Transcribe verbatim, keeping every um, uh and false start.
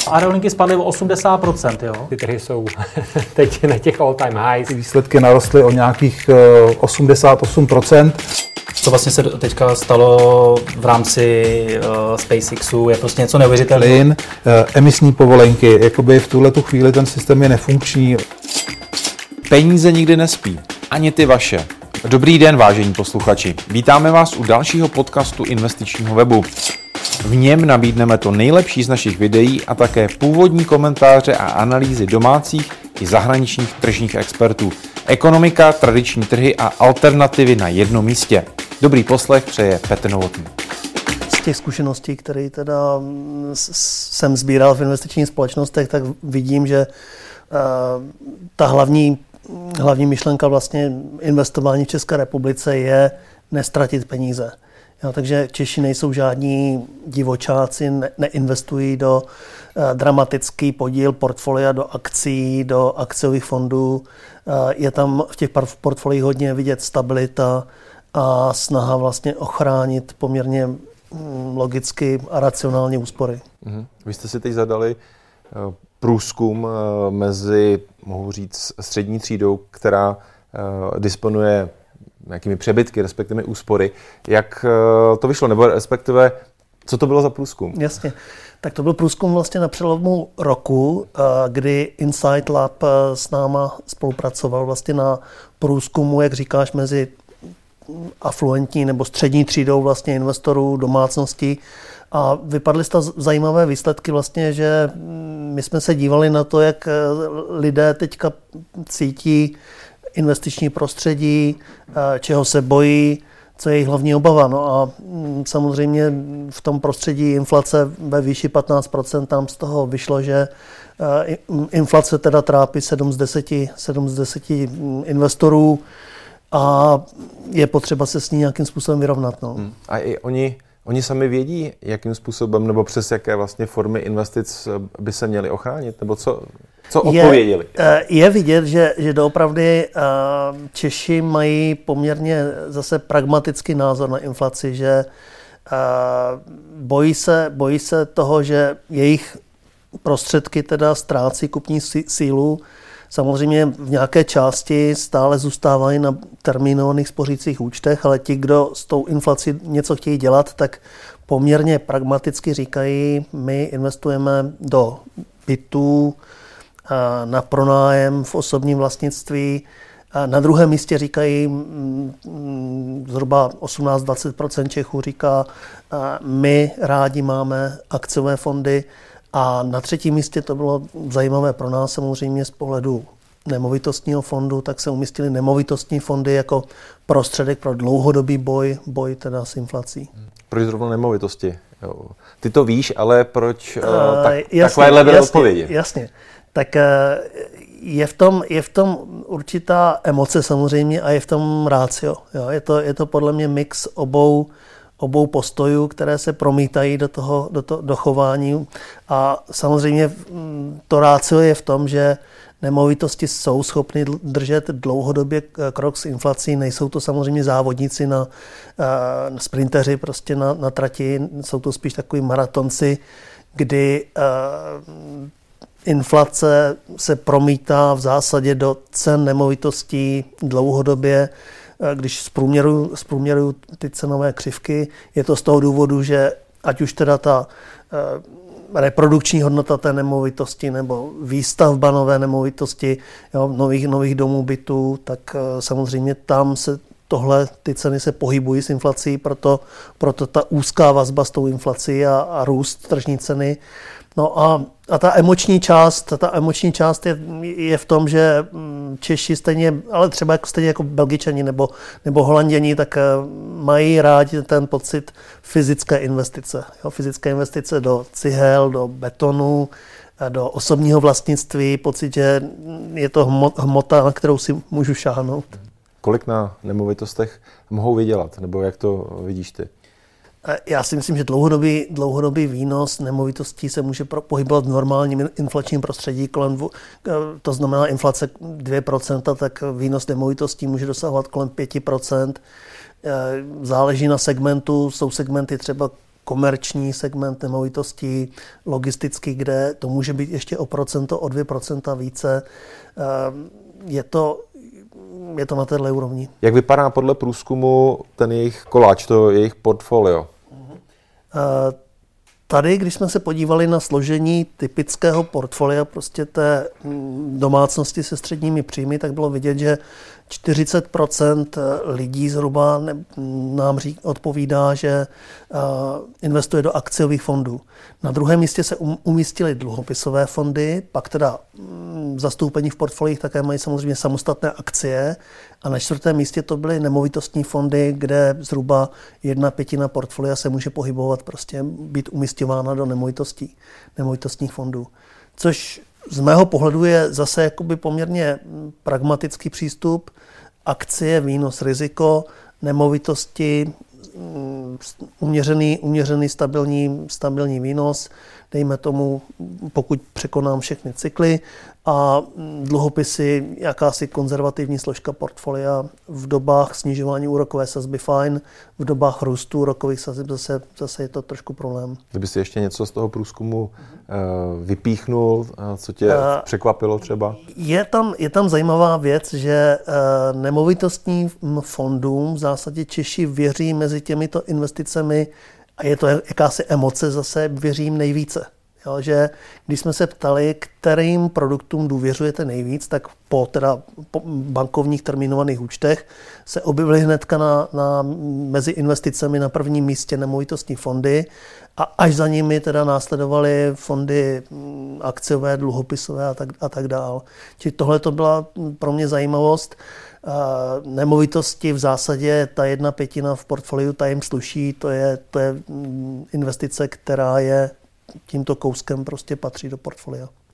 Aerolinky spadly o osmdesát procent, jo? Ty trhy jsou teď na těch all time highs. Výsledky narostly o nějakých osmdesát osm procent. Co vlastně se teďka stalo v rámci uh, SpaceXu, je prostě něco neuvěřitelného. Plyn, uh, emisní povolenky, jakoby v tuhletu chvíli ten systém je nefunkční. Peníze nikdy nespí, ani ty vaše. Dobrý den, vážení posluchači. Vítáme vás u dalšího podcastu investičního webu. V něm nabídneme to nejlepší z našich videí a také původní komentáře a analýzy domácích i zahraničních tržních expertů. Ekonomika, tradiční trhy a alternativy na jednom místě. Dobrý poslech přeje Petr Novotný. Z těch zkušeností, které teda jsem sbíral v investičních společnostech, tak vidím, že uh, ta hlavní, hlavní myšlenka vlastně investování v České republice je nestratit peníze. Jo, takže Češi nejsou žádní divočáci, ne, neinvestují do uh, dramatický podíl portfolia do akcí, do akciových fondů. Uh, je tam v těch portfoliích hodně vidět stabilita a snaha vlastně ochránit poměrně mm, logicky a racionálně úspory. Mm-hmm. Vy jste si teď zadali uh, průzkum uh, mezi, mohu říct, střední třídou, která uh, disponuje nějakými přebytky, respektive úspory. Jak to vyšlo, nebo respektive, co to bylo za průzkum? Jasně. Tak to byl průzkum vlastně na přelomu roku, kdy Insight Lab s náma spolupracoval vlastně na průzkumu, jak říkáš, mezi afluentní nebo střední třídou vlastně investorů, domácností. A vypadly z toho zajímavé výsledky vlastně, že my jsme se dívali na to, jak lidé teďka cítí investiční prostředí, čeho se bojí, co je jejich hlavní obava. No a samozřejmě v tom prostředí inflace ve výši patnáct procent tam z toho vyšlo, že inflace teda trápí sedm z deseti investorů a je potřeba se s ní nějakým způsobem vyrovnat. No. Hmm. A i oni, oni sami vědí, jakým způsobem nebo přes jaké vlastně formy investic by se měly ochránit? Nebo co, co odpověděli? Je, je vidět, že, že doopravdy Češi mají poměrně zase pragmatický názor na inflaci, že bojí se, bojí se toho, že jejich prostředky teda ztrácí kupní sílu. Samozřejmě v nějaké části stále zůstávají na termínovaných spořících účtech, ale ti, kdo s tou inflací něco chtějí dělat, tak poměrně pragmaticky říkají, my investujeme do bytů, na pronájem v osobním vlastnictví. Na druhém místě říkají, zhruba osmnáct až dvacet procent Čechů říká, my rádi máme akciové fondy. A na třetím místě to bylo zajímavé pro nás samozřejmě z pohledu nemovitostního fondu, tak se umístily nemovitostní fondy jako prostředek pro dlouhodobý boj, boj teda s inflací. Proč zrovna nemovitosti? Jo. Ty to víš, ale proč uh, tak, jasně, takovéhle byly jasně, odpovědi? Jasně. Tak je v tom, je v tom určitá emoce samozřejmě a je v tom rácio. Jo. Je to, je to podle mě mix obou obou postojů, které se promítají do toho, do, to, do chování. A samozřejmě to rácio je v tom, že nemovitosti jsou schopny držet dlouhodobě krok s inflací. Nejsou to samozřejmě závodníci na, na sprinteři prostě na, na trati, jsou to spíš takový maratonci, kdy uh, inflace se promítá v zásadě do cen nemovitostí dlouhodobě. Když zprůměruju, zprůměruju ty cenové křivky, je to z toho důvodu, že ať už teda ta e, reprodukční hodnota té nemovitosti nebo výstavba nové nemovitosti, jo, nových, nových domů, bytů, tak e, samozřejmě tam se tohle, ty ceny se pohybují s inflací, proto, proto ta úzká vazba s tou inflací a, a růst tržní ceny. No a, a ta emoční část, ta emoční část je, je v tom, že Češi stejně, ale třeba jako, stejně jako Belgičani nebo, nebo Holanděni, tak mají rádi ten pocit fyzické investice. Jo, fyzické investice do cihel, do betonu, do osobního vlastnictví, pocit, že je to hmota, na kterou si můžu šáhnout. Kolik na nemovitostech mohou vydělat, nebo jak to vidíš ty? Já si myslím, že dlouhodobý, dlouhodobý výnos nemovitostí se může pohybovat v normálním inflačním prostředí kolem, dvou, to znamená inflace dvě procenta, tak výnos nemovitostí může dosahovat kolem pět procent. Záleží na segmentu, jsou segmenty třeba komerční segment nemovitostí, logistický, kde to může být ještě o procento, o dvě procenta více. Je to, je to na téhle úrovni. Jak vypadá podle průzkumu ten jejich koláč, to jejich portfolio? Tady, když jsme se podívali na složení typického portfolia prostě té domácnosti se středními příjmy, tak bylo vidět, že čtyřicet procent lidí zhruba nám řík, odpovídá, že investuje do akciových fondů. Na druhém místě se umístily dluhopisové fondy, pak teda zastoupení v portfoliích také mají samozřejmě samostatné akcie a na čtvrtém místě to byly nemovitostní fondy, kde zhruba jedna pětina portfolia se může pohybovat, prostě být umisťována do nemovitostí, nemovitostních fondů. Což z mého pohledu je zase jakoby poměrně pragmatický přístup. Akcie, výnos, riziko, nemovitosti, uměřený, uměřený stabilní, stabilní výnos, dejme tomu, pokud překonám všechny cykly, a dluhopisy, jakási konzervativní složka portfolia, v dobách snižování úrokové sazby fajn, v dobách růstu úrokových sazeb zase, zase je to trošku problém. Kdyby si ještě něco z toho průzkumu uh, vypíchnul, co tě uh, překvapilo třeba? Je tam, je tam zajímavá věc, že uh, nemovitostním fondům v zásadě Češi věří mezi těmito investicemi, a je to jakási emoce, zase věřím nejvíce. Jo, že když jsme se ptali, kterým produktům důvěřujete nejvíc, tak po, teda, po bankovních termínovaných účtech se objevily hnedka na, na, mezi investicemi na prvním místě nemovitostní fondy a až za nimi teda následovaly fondy akciové, dluhopisové a tak, a tak dál. Čili tohle to byla pro mě zajímavost. Nemovitosti v zásadě ta jedna pětina v portfoliu, ta jim sluší, to je, to je investice, která je tímto kouskem prostě patří do portfolia.